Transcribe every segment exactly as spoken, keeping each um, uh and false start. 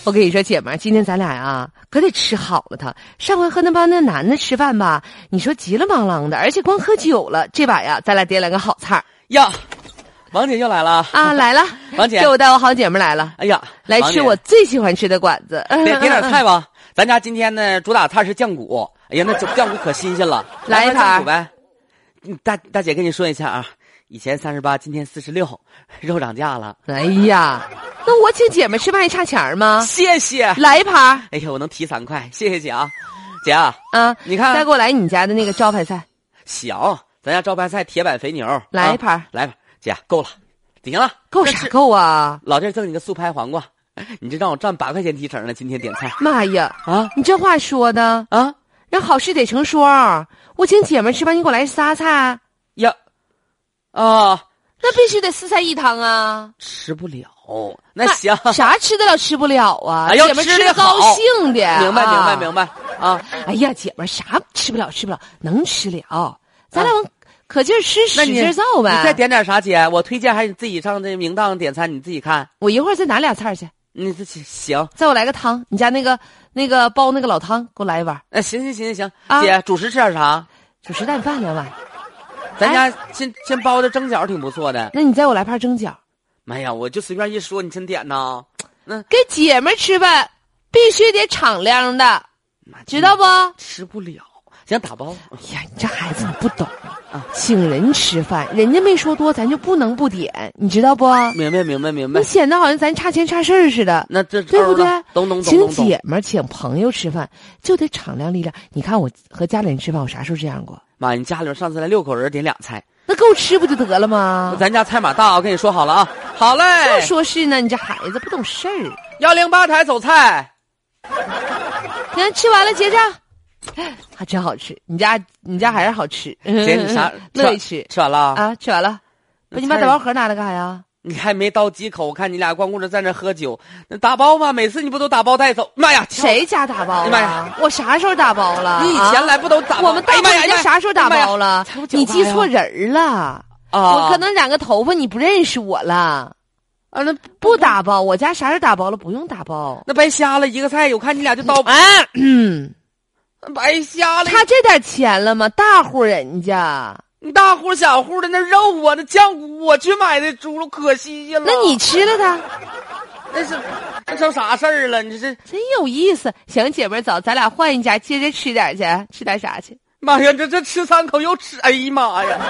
我跟你说，姐们儿，今天咱俩呀，可得吃好了它。上回和那帮那男的吃饭吧，你说急了忙啷的，而且光喝酒了。这把呀，咱俩点两个好菜呀。王姐又来了啊！来了， 王姐， 这我带我好姐们来了。 哎呀， 来吃我最喜欢吃的馆子， 点点点菜吧。咱家今天呢，主打菜是酱骨。哎呀，那酱骨可新鲜了， 来一盘酱骨呗。大大姐跟你说一下啊，以前三十八，今天四十六，肉涨价了。 哎呀，那我请姐们吃饭还差钱吗？ 谢谢， 来一盘。 哎呀，我能提三块，谢谢姐啊，姐啊， 啊， 你看， 再给我来你家的那个招牌菜。 行，咱家招牌菜铁板肥牛， 来一盘， 啊、来吧，姐够了。行了， 够啥够啊！ 老弟赠你个素拍黄瓜，你这让我赚八块钱提成了。今天点菜， 妈呀啊！ 你这话说的啊， 人好事得成双。我请姐们吃饭，你给我来仨菜呀？啊， 那必须得四菜一汤啊！ 吃不了，那行， 啥吃得了吃不了啊？ 哎、 姐们吃的高兴的， 明白、 啊、 明白明白啊！ 哎呀，姐们啥吃不了吃不了，能吃了，咱俩往。啊可劲儿吃，使劲造呗！ 你再点点啥姐？我推荐还是你自己上这明档点餐，你自己看。 我一会儿再拿俩菜去。 你这行， 再我来个汤，你家那个那个煲那个老汤，给我来一碗。 哎，行行行行行， 啊、 姐，主食吃点啥？ 主食蛋饭两碗。 咱家先、哎、先包的蒸饺挺不错的。 那你再我来盘蒸饺。 妈呀，我就随便一说，你先点呐。 那给姐们吃饭必须得敞亮的，知道不？ 吃不了。想打包？ 哎呀，你这孩子你不懂啊！请人吃饭，人家没说多，咱就不能不点，你知道不？ 明白，明白，明白。 你显得好像咱差钱差事儿似的， 那这对不对？ 懂懂懂。 请姐们儿、请朋友吃饭就得敞亮利亮。你看我和家里人吃饭，我啥时候这样过？ 妈，你家里人上次来六口人点俩菜， 那够吃不就得了吗？ 咱家菜码大，我跟你说好了啊。好嘞。 就说是呢，你这孩子不懂事儿。 幺零八台走菜。 你看吃完了结账。还真好吃，你家你家还是好吃。 姐，你啥乐意吃？ 吃完了啊？吃完了。不，你把打包盒拿来干啥呀？ 你还没到几口，我看你俩光顾着在那喝酒。那打包吧，每次你不都打包带走？妈呀， 谁家打包了？ 妈呀， 我啥时候打包了？ 你以前来不都打包？ 啊、我们大人家啥时候打包了？你记错人了啊！ 我可能染个头发，你不认识我了。 啊，那不打包，我家啥时候打包了？不用打包。 那白瞎了一个菜，我看你俩就刀。 啊，嗯。 白瞎了， 差这点钱了吗？大户人家， 你大户小户的那肉啊，那酱骨我去买的猪肉，可新鲜了。 那你吃了它， 那是那成啥事儿了？你这真有意思。行，姐妹走，咱俩换一家，接着吃点去，吃点啥去？ 妈呀，这这吃三口又吃，哎呀妈呀！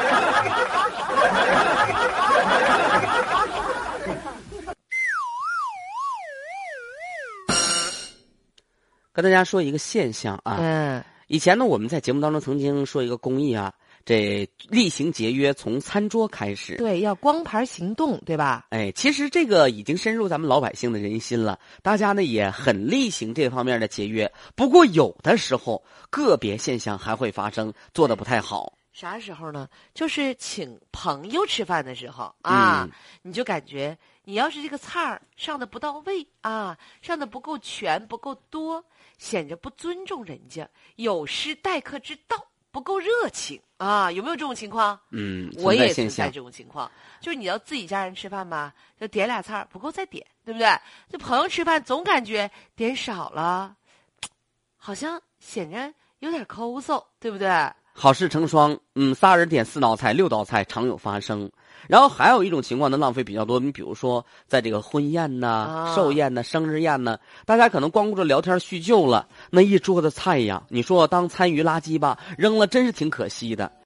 跟大家说一个现象啊， 嗯， 以前呢，我们在节目当中曾经说一个公益啊，这厉行节约从餐桌开始， 对，要光盘行动，对吧？ 哎，其实这个已经深入咱们老百姓的人心了，大家呢也很厉行这方面的节约。不过有的时候个别现象还会发生，做的不太好。 啥时候呢？就是请朋友吃饭的时候啊， 嗯、 你就感觉你要是这个菜儿上的不到位啊，上的不够全、不够多，显着不尊重人家，有失待客之道，不够热情啊，有没有这种情况？ 嗯， 我也存在这种情况，就是你要自己家人吃饭吧，就点俩菜不够再点，对不对？这朋友吃饭总感觉点少了，好像显着有点抠搜，对不对？ 好事成双，嗯，仨人点四道菜、六道菜常有发生。然后还有一种情况呢，浪费比较多。你比如说，在这个婚宴呐、 啊、 寿宴呐、生日宴呐，大家可能光顾着聊天叙旧了，那一桌子菜呀，你说当参与垃圾吧，扔了真是挺可惜的。